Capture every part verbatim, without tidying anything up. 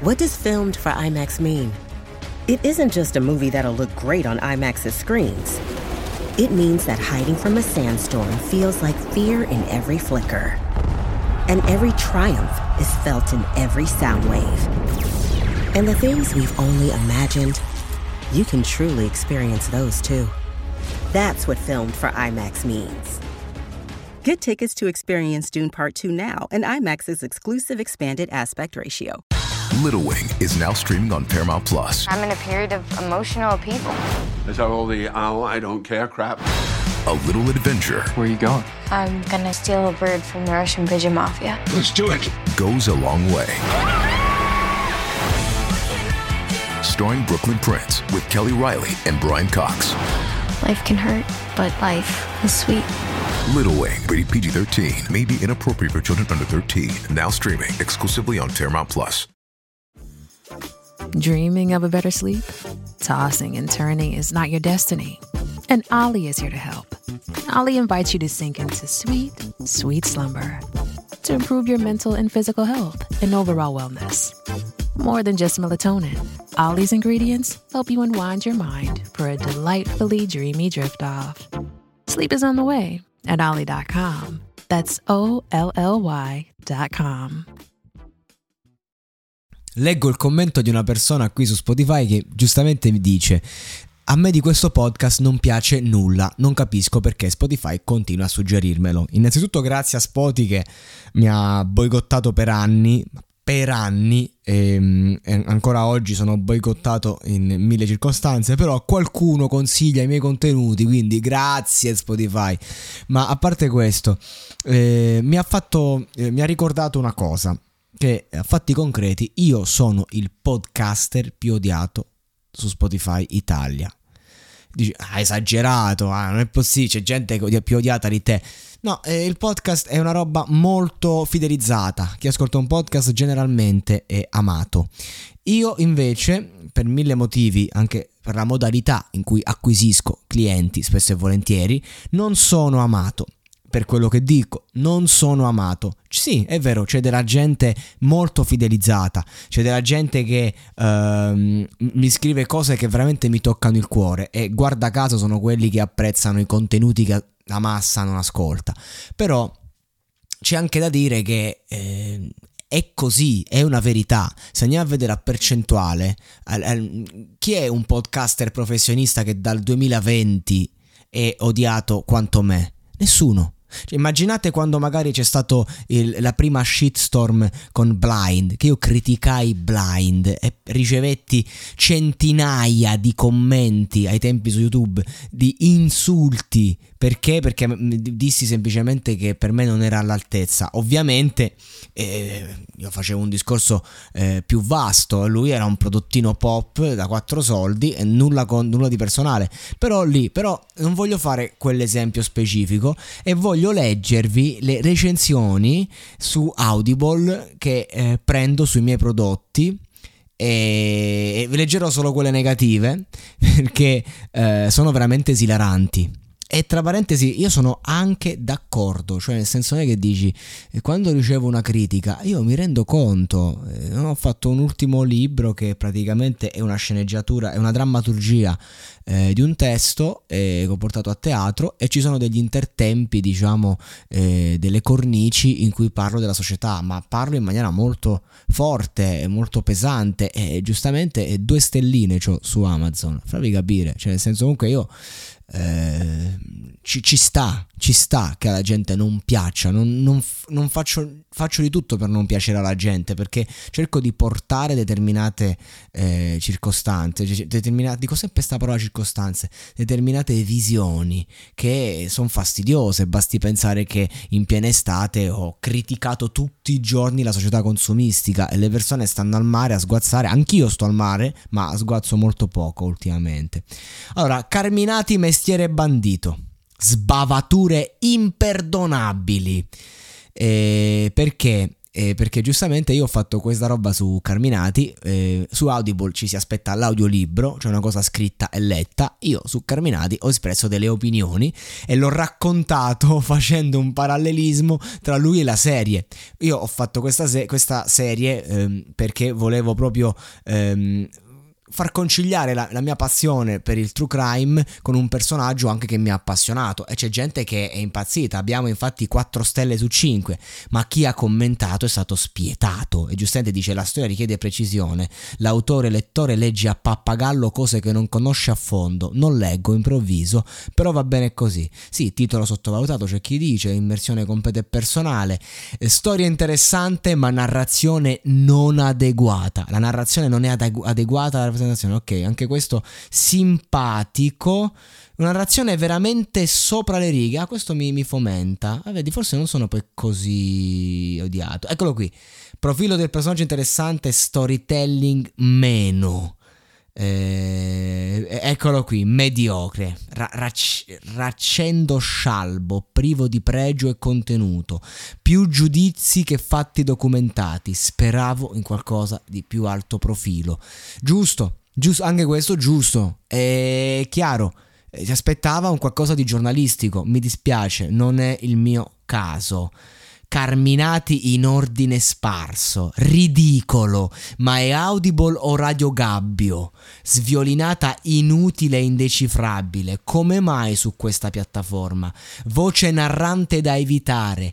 What does filmed for IMAX mean? It isn't just a movie that'll look great on IMAX's screens. It means that hiding from a sandstorm feels like fear in every flicker. And every triumph is felt in every sound wave. And the things we've only imagined, you can truly experience those too. That's what filmed for IMAX means. Get tickets to experience Dune Part two now and IMAX's exclusive expanded aspect ratio. Little Wing is now streaming on Paramount Plus. I'm in a period of emotional upheaval. Is that all the oh, I don't care crap? A little adventure. Where are you going? I'm gonna steal a bird from the Russian pigeon mafia. Let's do it. Goes a long way. Starring Brooklyn Prince with Kelly Riley and Brian Cox. Life can hurt, but life is sweet. Little Wing, rated P G thirteen, may be inappropriate for children under thirteen. Now streaming exclusively on Paramount Plus. Dreaming of a better sleep? Tossing and turning is not your destiny. And Ollie is here to help. Ollie invites you to sink into sweet, sweet slumber to improve your mental and physical health and overall wellness. More than just melatonin, Ollie's ingredients help you unwind your mind for a delightfully dreamy drift off. Sleep is on the way at ollie dot com. That's O L L Y dot com. Leggo il commento di una persona qui su Spotify che giustamente mi dice: a me di questo podcast non piace nulla, non capisco perché Spotify continua a suggerirmelo. Innanzitutto grazie a Spotify che mi ha boicottato per anni, per anni e, e ancora oggi sono boicottato in mille circostanze, però qualcuno consiglia i miei contenuti, quindi grazie Spotify. Ma a parte questo, eh, mi ha fatto, eh, mi ha ricordato una cosa, che a fatti concreti io sono il podcaster più odiato su Spotify Italia. Dici, ah, esagerato, ah, non è possibile, c'è gente più odiata di te. No, eh, il podcast è una roba molto fidelizzata. Chi ascolta un podcast generalmente è amato. Io invece, per mille motivi, anche per la modalità in cui acquisisco clienti spesso e volentieri, non sono amato. Per quello che dico, non sono amato. Sì, è vero, c'è della gente molto fidelizzata, c'è della gente che ehm, mi scrive cose che veramente mi toccano il cuore e guarda caso sono quelli che apprezzano i contenuti che la massa non ascolta. Però c'è anche da dire che eh, è così, è una verità. Se andiamo a vedere la percentuale, eh, eh, chi è un podcaster professionista che dal duemilaventi è odiato quanto me? Nessuno. Cioè, immaginate quando magari c'è stato il, la prima shitstorm con Blind, che io criticai Blind e ricevetti centinaia di commenti ai tempi su YouTube di insulti. Perché? Perché dissi semplicemente che per me non era all'altezza. Ovviamente eh, io facevo un discorso eh, più vasto, lui era un prodottino pop da quattro soldi e nulla, con, nulla di personale. Però lì, però non voglio fare quell'esempio specifico e voglio leggervi le recensioni su Audible che eh, prendo sui miei prodotti. E vi leggerò solo quelle negative perché eh, sono veramente esilaranti. E tra parentesi, io sono anche d'accordo, cioè nel senso è che dici, quando ricevo una critica io mi rendo conto, eh, ho fatto un ultimo libro che praticamente è una sceneggiatura, è una drammaturgia eh, di un testo eh, che ho portato a teatro e ci sono degli intertempi, diciamo, eh, delle cornici in cui parlo della società, ma parlo in maniera molto forte e molto pesante e giustamente eh, due stelline c'ho su Amazon, fammi capire, cioè nel senso comunque io Eh, ci, ci sta, ci sta che alla gente non piaccia, non, non, non faccio, faccio di tutto per non piacere alla gente, perché cerco di portare determinate eh, circostanze, determinate, dico sempre questa parola circostanze, determinate visioni che sono fastidiose. Basti pensare che in piena estate ho criticato tutti i giorni la società consumistica e le persone stanno al mare a sguazzare, anch'io sto al mare ma sguazzo molto poco ultimamente. Allora, Carminati mestiere bandito, sbavature imperdonabili, eh, perché eh, perché giustamente io ho fatto questa roba su Carminati, eh, su Audible ci si aspetta l'audiolibro, cioè una cosa scritta e letta. Io su Carminati ho espresso delle opinioni e l'ho raccontato facendo un parallelismo tra lui e la serie. Io ho fatto questa, se- questa serie ehm, perché volevo proprio ehm, far conciliare la, la mia passione per il true crime con un personaggio anche che mi ha appassionato, e c'è gente che è impazzita. Abbiamo infatti quattro stelle su cinque, ma chi ha commentato è stato spietato e giustamente dice: la storia richiede precisione, l'autore lettore legge a pappagallo cose che non conosce a fondo, non leggo, improvviso, però va bene così. Sì, titolo sottovalutato, c'è chi dice, immersione completa e personale, eh, storia interessante ma narrazione non adeguata. La narrazione non è adegu- adeguata alla ok, anche questo simpatico, una narrazione veramente sopra le righe. Ah, questo mi, mi fomenta. Ah, vedi, forse non sono poi così odiato. Eccolo qui, profilo del personaggio interessante, storytelling meno. Eh, eccolo qui, mediocre, ra- rac- raccendo scialbo, privo di pregio e contenuto, più giudizi che fatti documentati. Speravo in qualcosa di più alto profilo. Giusto, giusto, anche questo giusto, è chiaro, si aspettava un qualcosa di giornalistico. Mi dispiace, non è il mio caso. Carminati in ordine sparso, ridicolo, ma è Audible o Radio Gabbio? Sviolinata inutile e indecifrabile, come mai su questa piattaforma? Voce narrante da evitare,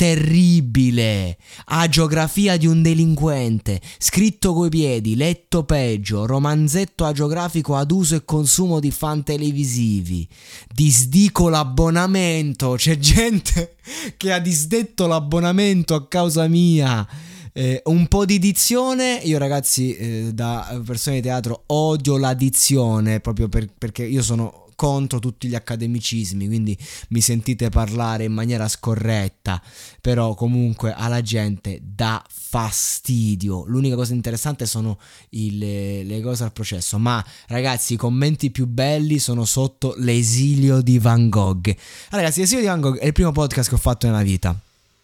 terribile, agiografia di un delinquente, scritto coi piedi, letto peggio, romanzetto agiografico ad uso e consumo di fan televisivi. Disdico l'abbonamento, c'è gente che ha disdetto l'abbonamento a causa mia. Eh, un po' di dizione. Io ragazzi, eh, da persona di teatro odio la dizione, proprio per, perché io sono contro tutti gli accademicismi, quindi mi sentite parlare in maniera scorretta, però comunque alla gente dà fastidio. L'unica cosa interessante sono il, le cose al processo, ma ragazzi i commenti più belli sono sotto l'esilio di Van Gogh. Ragazzi, l'esilio di Van Gogh è il primo podcast che ho fatto nella vita.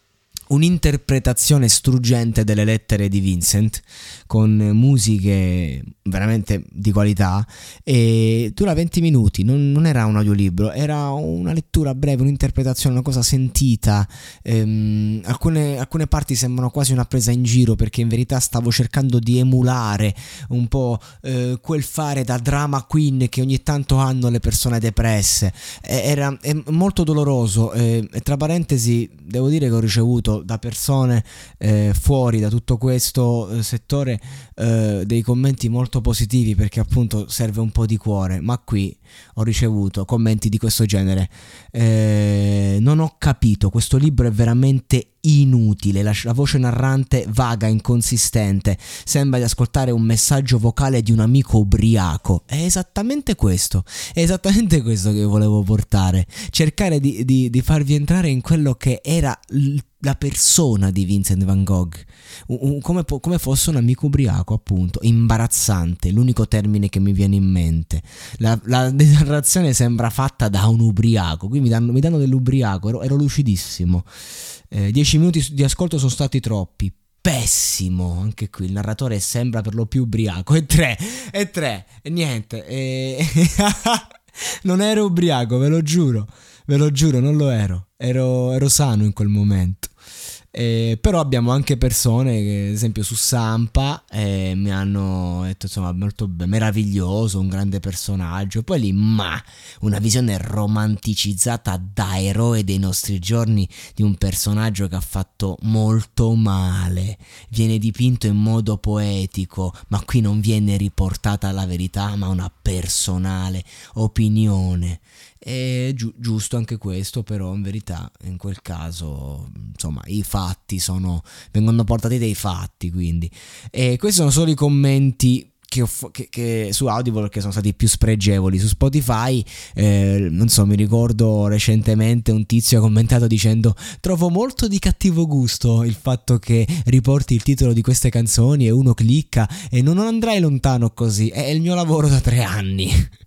Un'interpretazione struggente delle lettere di Vincent, con musiche veramente di qualità, e dura venti minuti. Non, non era un audiolibro, era una lettura breve, un'interpretazione, una cosa sentita. Ehm, alcune, alcune parti sembrano quasi una presa in giro, perché in verità stavo cercando di emulare un po' eh, quel fare da drama queen che ogni tanto hanno le persone depresse. Era è molto doloroso, e tra parentesi devo dire che ho ricevuto da persone eh, fuori da tutto questo eh, settore eh, dei commenti molto positivi, perché appunto serve un po' di cuore, ma qui ho ricevuto commenti di questo genere: eh, non ho capito, questo libro è veramente inutile, la, la voce narrante vaga, inconsistente, sembra di ascoltare un messaggio vocale di un amico ubriaco. È esattamente questo, è esattamente questo che volevo portare, cercare di, di, di farvi entrare in quello che era l- la persona di Vincent Van Gogh, un, un, come, po- come fosse un amico ubriaco, appunto. Imbarazzante, l'unico termine che mi viene in mente. La, la narrazione sembra fatta da un ubriaco, qui mi danno, mi danno dell'ubriaco, ero, ero lucidissimo. Eh, dieci minuti di ascolto sono stati troppi. Pessimo, anche qui il narratore sembra per lo più ubriaco. E tre, e tre, e niente. E... non ero ubriaco, ve lo giuro, ve lo giuro, non lo ero. Ero, ero sano in quel momento. Eh, però abbiamo anche persone che, ad esempio su Sampa, eh, mi hanno detto insomma molto be- meraviglioso, un grande personaggio. Poi lì, ma una visione romanticizzata da eroe dei nostri giorni di un personaggio che ha fatto molto male, viene dipinto in modo poetico, ma qui non viene riportata la verità ma una personale opinione. È giu- giusto anche questo, però in verità in quel caso insomma i fatti sono vengono portati dai fatti, quindi e questi sono solo i commenti che, ho, che, che su Audible, che sono stati più spregevoli. Su Spotify eh, non so, mi ricordo recentemente un tizio ha commentato dicendo: trovo molto di cattivo gusto il fatto che riporti il titolo di queste canzoni e uno clicca e non andrai lontano così, è il mio lavoro da tre anni.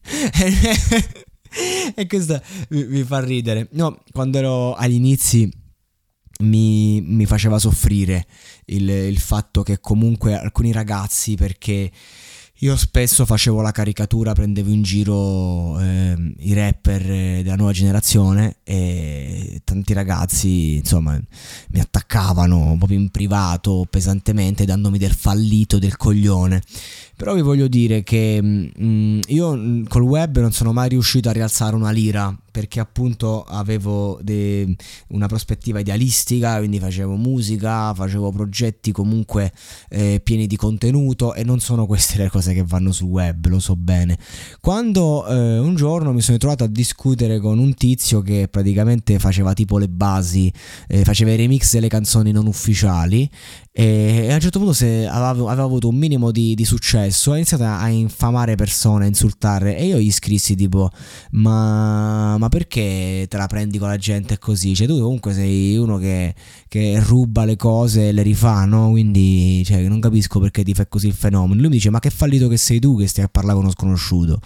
E questo mi, mi fa ridere. No, quando ero agli inizi mi, mi faceva soffrire il, il fatto che comunque alcuni ragazzi, perché io spesso facevo la caricatura, prendevo in giro eh, i rapper eh, della nuova generazione, e tanti ragazzi insomma mi attaccavano proprio in privato pesantemente, dandomi del fallito, del coglione. Però vi voglio dire che mh, io col web non sono mai riuscito a rialzare una lira, perché appunto avevo de- una prospettiva idealistica, quindi facevo musica, facevo progetti comunque eh, pieni di contenuto, e non sono queste le cose che vanno sul web, lo so bene. Quando eh, un giorno mi sono trovato a discutere con un tizio che praticamente faceva tipo le basi, eh, faceva i remix delle canzoni non ufficiali, e a un certo punto, se avevo, avevo avuto un minimo di, di successo, ho iniziato a infamare persone, a insultare, e io gli scrissi tipo ma, ma perché te la prendi con la gente così? Cioè tu comunque sei uno che, che ruba le cose e le rifà, no? Quindi cioè, non capisco perché ti fai così il fenomeno. Lui mi dice ma che fallito che sei tu che stai a parlare con uno sconosciuto.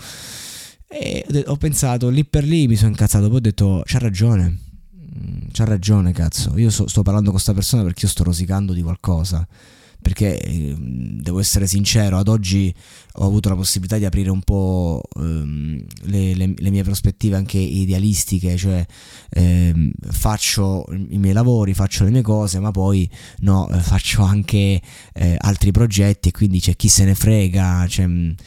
E ho pensato lì per lì, mi sono incazzato, poi ho detto c'ha ragione. C'ha ragione, cazzo. Io so, sto parlando con sta persona perché io sto rosicando di qualcosa. Perché eh, devo essere sincero, ad oggi ho avuto la possibilità di aprire un po' ehm, le, le, le mie prospettive anche idealistiche, cioè ehm, faccio i miei lavori, faccio le mie cose, ma poi no, faccio anche eh, altri progetti, e quindi c'è chi se ne frega, cioè,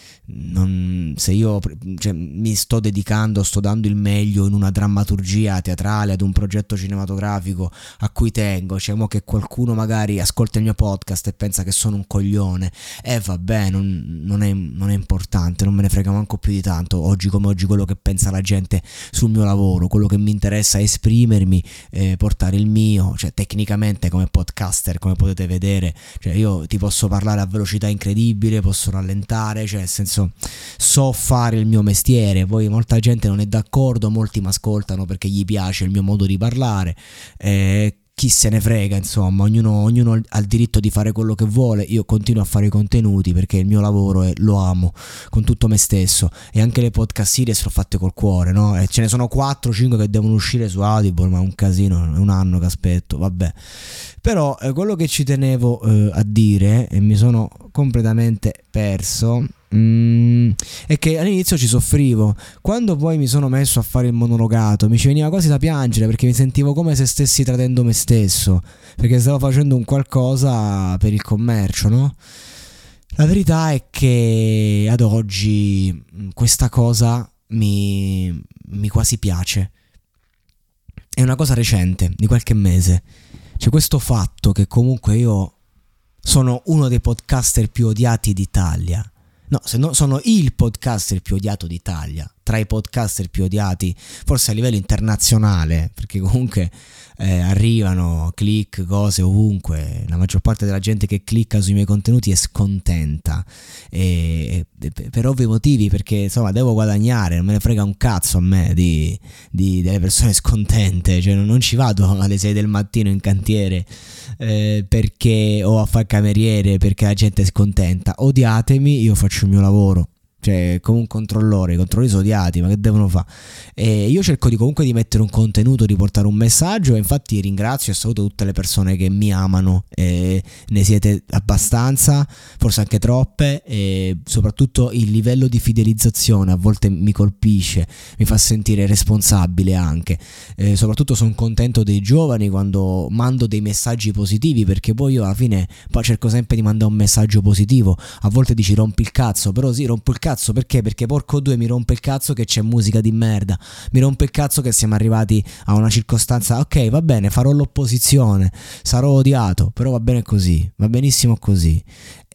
non, se io cioè, mi sto dedicando, sto dando il meglio in una drammaturgia teatrale, ad un progetto cinematografico a cui tengo, cioè mo che qualcuno magari ascolta il mio podcast e pensa che sono un coglione, e eh, vabbè, non, non, è, non è importante, non me ne frega manco più di tanto. Oggi come oggi quello che pensa la gente sul mio lavoro, quello che mi interessa è esprimermi, eh, portare il mio, cioè tecnicamente come podcaster, come potete vedere, cioè io ti posso parlare a velocità incredibile, posso rallentare, cioè nel senso so fare il mio mestiere. Poi molta gente non è d'accordo, molti mi ascoltano perché gli piace il mio modo di parlare, eh, chi se ne frega, insomma, ognuno, ognuno ha il diritto di fare quello che vuole. Io continuo a fare i contenuti perché il mio lavoro è, lo amo con tutto me stesso, e anche le podcast series l'ho fatte col cuore, no? E ce ne sono quattro cinque che devono uscire su Audible, ma è un casino, è un anno che aspetto, vabbè. Però eh, quello che ci tenevo eh, a dire, e mi sono completamente perso, Mm, è che all'inizio ci soffrivo, quando poi mi sono messo a fare il monologato mi ci veniva quasi da piangere, perché mi sentivo come se stessi tradendo me stesso, perché stavo facendo un qualcosa per il commercio, no? La verità è che ad oggi questa cosa mi, mi quasi piace. È una cosa recente, di qualche mese. C'è questo fatto che comunque io sono uno dei podcaster più odiati d'Italia. No, se no, sono il podcaster più odiato d'Italia, tra i podcaster più odiati forse a livello internazionale, perché comunque eh, arrivano click, cose ovunque, la maggior parte della gente che clicca sui miei contenuti è scontenta, e, e, per ovvi motivi, perché insomma devo guadagnare, non me ne frega un cazzo a me di, di, delle persone scontente, cioè non, non ci vado alle sei del mattino in cantiere eh, perché o a fare cameriere perché la gente è scontenta. Odiatemi, io faccio il mio lavoro, cioè come un controllore, i controllori sono odiati, ma che devono fare? E io cerco di comunque di mettere un contenuto, di portare un messaggio, e infatti ringrazio e saluto tutte le persone che mi amano, e ne siete abbastanza, forse anche troppe, e soprattutto il livello di fidelizzazione a volte mi colpisce, mi fa sentire responsabile anche, e soprattutto sono contento dei giovani quando mando dei messaggi positivi, perché poi io alla fine poi cerco sempre di mandare un messaggio positivo. A volte dici rompi il cazzo, però sì, rompo il cazzo perché? Perché porco due, mi rompe il cazzo che c'è musica di merda, mi rompe il cazzo che siamo arrivati a una circostanza, ok va bene, farò l'opposizione, sarò odiato, però va bene così, va benissimo così,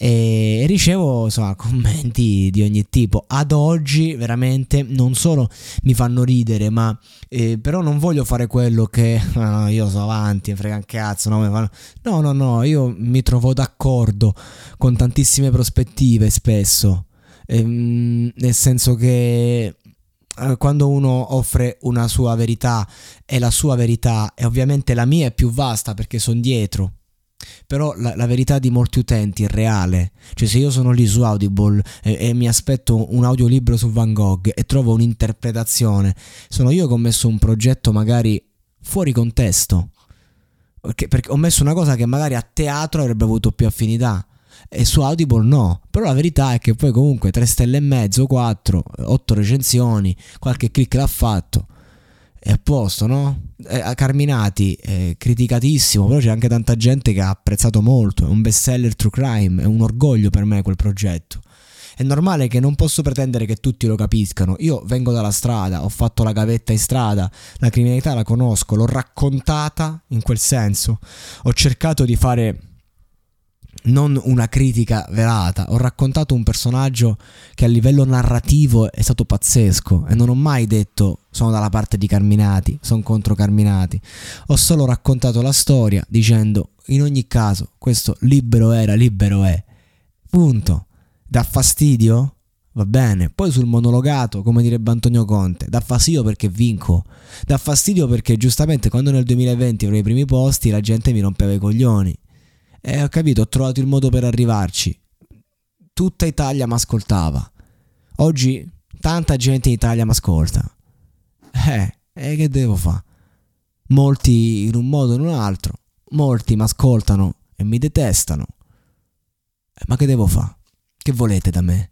e ricevo insomma commenti di ogni tipo. Ad oggi veramente non solo mi fanno ridere, ma eh, però non voglio fare quello che ah, io sono avanti, mi frega un cazzo, no, mi fanno... no no no, io mi trovo d'accordo con tantissime prospettive spesso, ehm, nel senso che eh, quando uno offre una sua verità, è la sua verità, e ovviamente la mia è più vasta perché sono dietro, però la, la verità di molti utenti è reale. Cioè se io sono lì su Audible e, e mi aspetto un audiolibro su Van Gogh e trovo un'interpretazione, sono io che ho messo un progetto magari fuori contesto, perché, perché ho messo una cosa che magari a teatro avrebbe avuto più affinità e su Audible no. Però la verità è che poi comunque tre stelle e mezzo, quattro, otto recensioni, qualche click l'ha fatto, è a posto, no? Eh, Carminati è criticatissimo, però c'è anche tanta gente che ha apprezzato molto, è un bestseller true crime, è un orgoglio per me quel progetto. È normale che non posso pretendere che tutti lo capiscano. Io vengo dalla strada, ho fatto la gavetta in strada, la criminalità la conosco, l'ho raccontata in quel senso. Ho cercato di fare non una critica velata, ho raccontato un personaggio che a livello narrativo è stato pazzesco e non ho mai detto sono dalla parte di Carminati, sono contro Carminati. Ho solo raccontato la storia dicendo in ogni caso questo libero era, libero è. Punto. Dà fastidio? Va bene. Poi sul monologato, come direbbe Antonio Conte, dà fastidio perché vinco. Dà fastidio perché giustamente quando nel duemilaventi ero ai primi posti la gente mi rompeva i coglioni. E ho capito, ho trovato il modo per arrivarci. Tutta Italia mi ascoltava. Oggi tanta gente in Italia mi ascolta. Eh, e che devo fare? Molti in un modo o in un altro. Molti mi ascoltano e mi detestano. Eh, ma che devo fare? Che volete da me?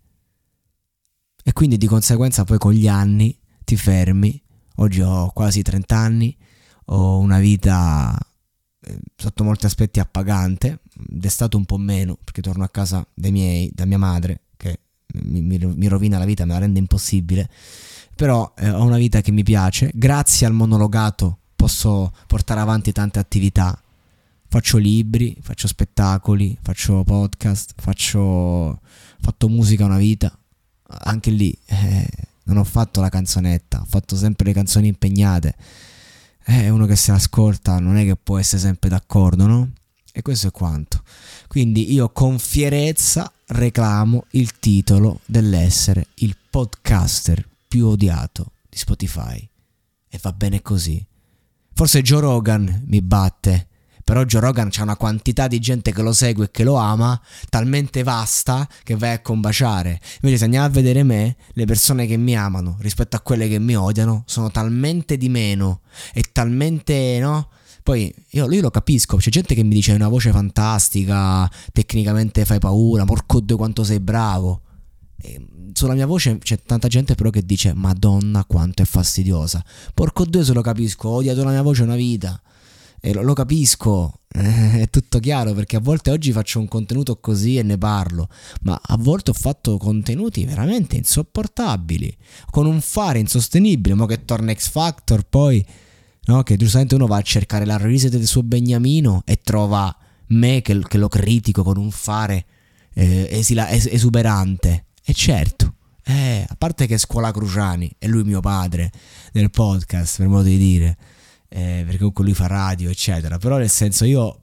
E quindi di conseguenza poi con gli anni ti fermi. Oggi ho quasi trenta anni, ho una vita eh, sotto molti aspetti appagante, d'estate un po' meno perché torno a casa dai miei, da mia madre che mi, mi, mi rovina la vita, me la rende impossibile, però eh, ho una vita che mi piace, grazie al monologato posso portare avanti tante attività. Faccio libri, faccio spettacoli, faccio podcast, faccio ho fatto musica una vita. Anche lì eh, non ho fatto la canzonetta, ho fatto sempre le canzoni impegnate. Eh, uno che se l'ascolta non è che può essere sempre d'accordo, no? E questo è quanto. Quindi io con fierezza reclamo il titolo dell'essere il podcaster più odiato di Spotify. E va bene così. Forse Joe Rogan mi batte, però Joe Rogan c'ha una quantità di gente che lo segue e che lo ama talmente vasta che vai a combaciare. Invece se andiamo a vedere me, le persone che mi amano rispetto a quelle che mi odiano sono talmente di meno e talmente, no? Poi io, io lo capisco, c'è gente che mi dice hai una voce fantastica, tecnicamente fai paura, porco Dio quanto sei bravo. E sulla mia voce c'è tanta gente però che dice Madonna quanto è fastidiosa. Porco Dio se lo capisco, ho odiato la mia voce una vita. E lo, lo capisco, eh, è tutto chiaro, perché a volte oggi faccio un contenuto così e ne parlo, ma a volte ho fatto contenuti veramente insopportabili, con un fare insostenibile, ma che torna X Factor poi, no? Che giustamente uno va a cercare la reset del suo Beniamino e trova me che, che lo critico con un fare eh, esila, es, esuberante. E certo, eh, a parte che è Scuola Cruciani, è lui mio padre del podcast, per modo di dire. Eh, perché comunque lui fa radio eccetera, però nel senso io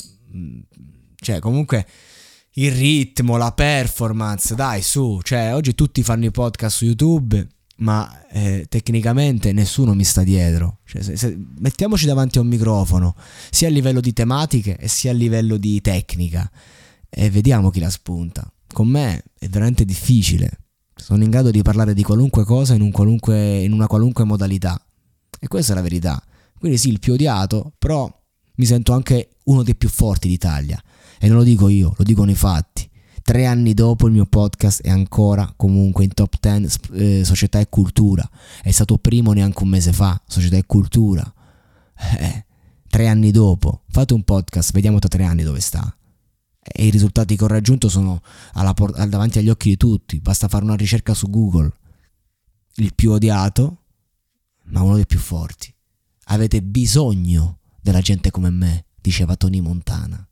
cioè comunque il ritmo, la performance, dai su, cioè oggi tutti fanno i podcast su YouTube ma eh, tecnicamente nessuno mi sta dietro, cioè, se, se, mettiamoci davanti a un microfono sia a livello di tematiche e sia a livello di tecnica e vediamo chi la spunta. Con me è veramente difficile, sono in grado di parlare di qualunque cosa in, un qualunque, in una qualunque modalità e questa è la verità. Quindi sì, il più odiato, però mi sento anche uno dei più forti d'Italia. E non lo dico io, lo dicono i fatti. Tre anni dopo il mio podcast è ancora comunque in top dieci eh, Società e Cultura. È stato primo neanche un mese fa, Società e Cultura. Eh, tre anni dopo, fate un podcast, vediamo tra tre anni dove sta. E i risultati che ho raggiunto sono alla por- davanti agli occhi di tutti. Basta fare una ricerca su Google. Il più odiato, ma uno dei più forti. Avete bisogno della gente come me, diceva Tony Montana.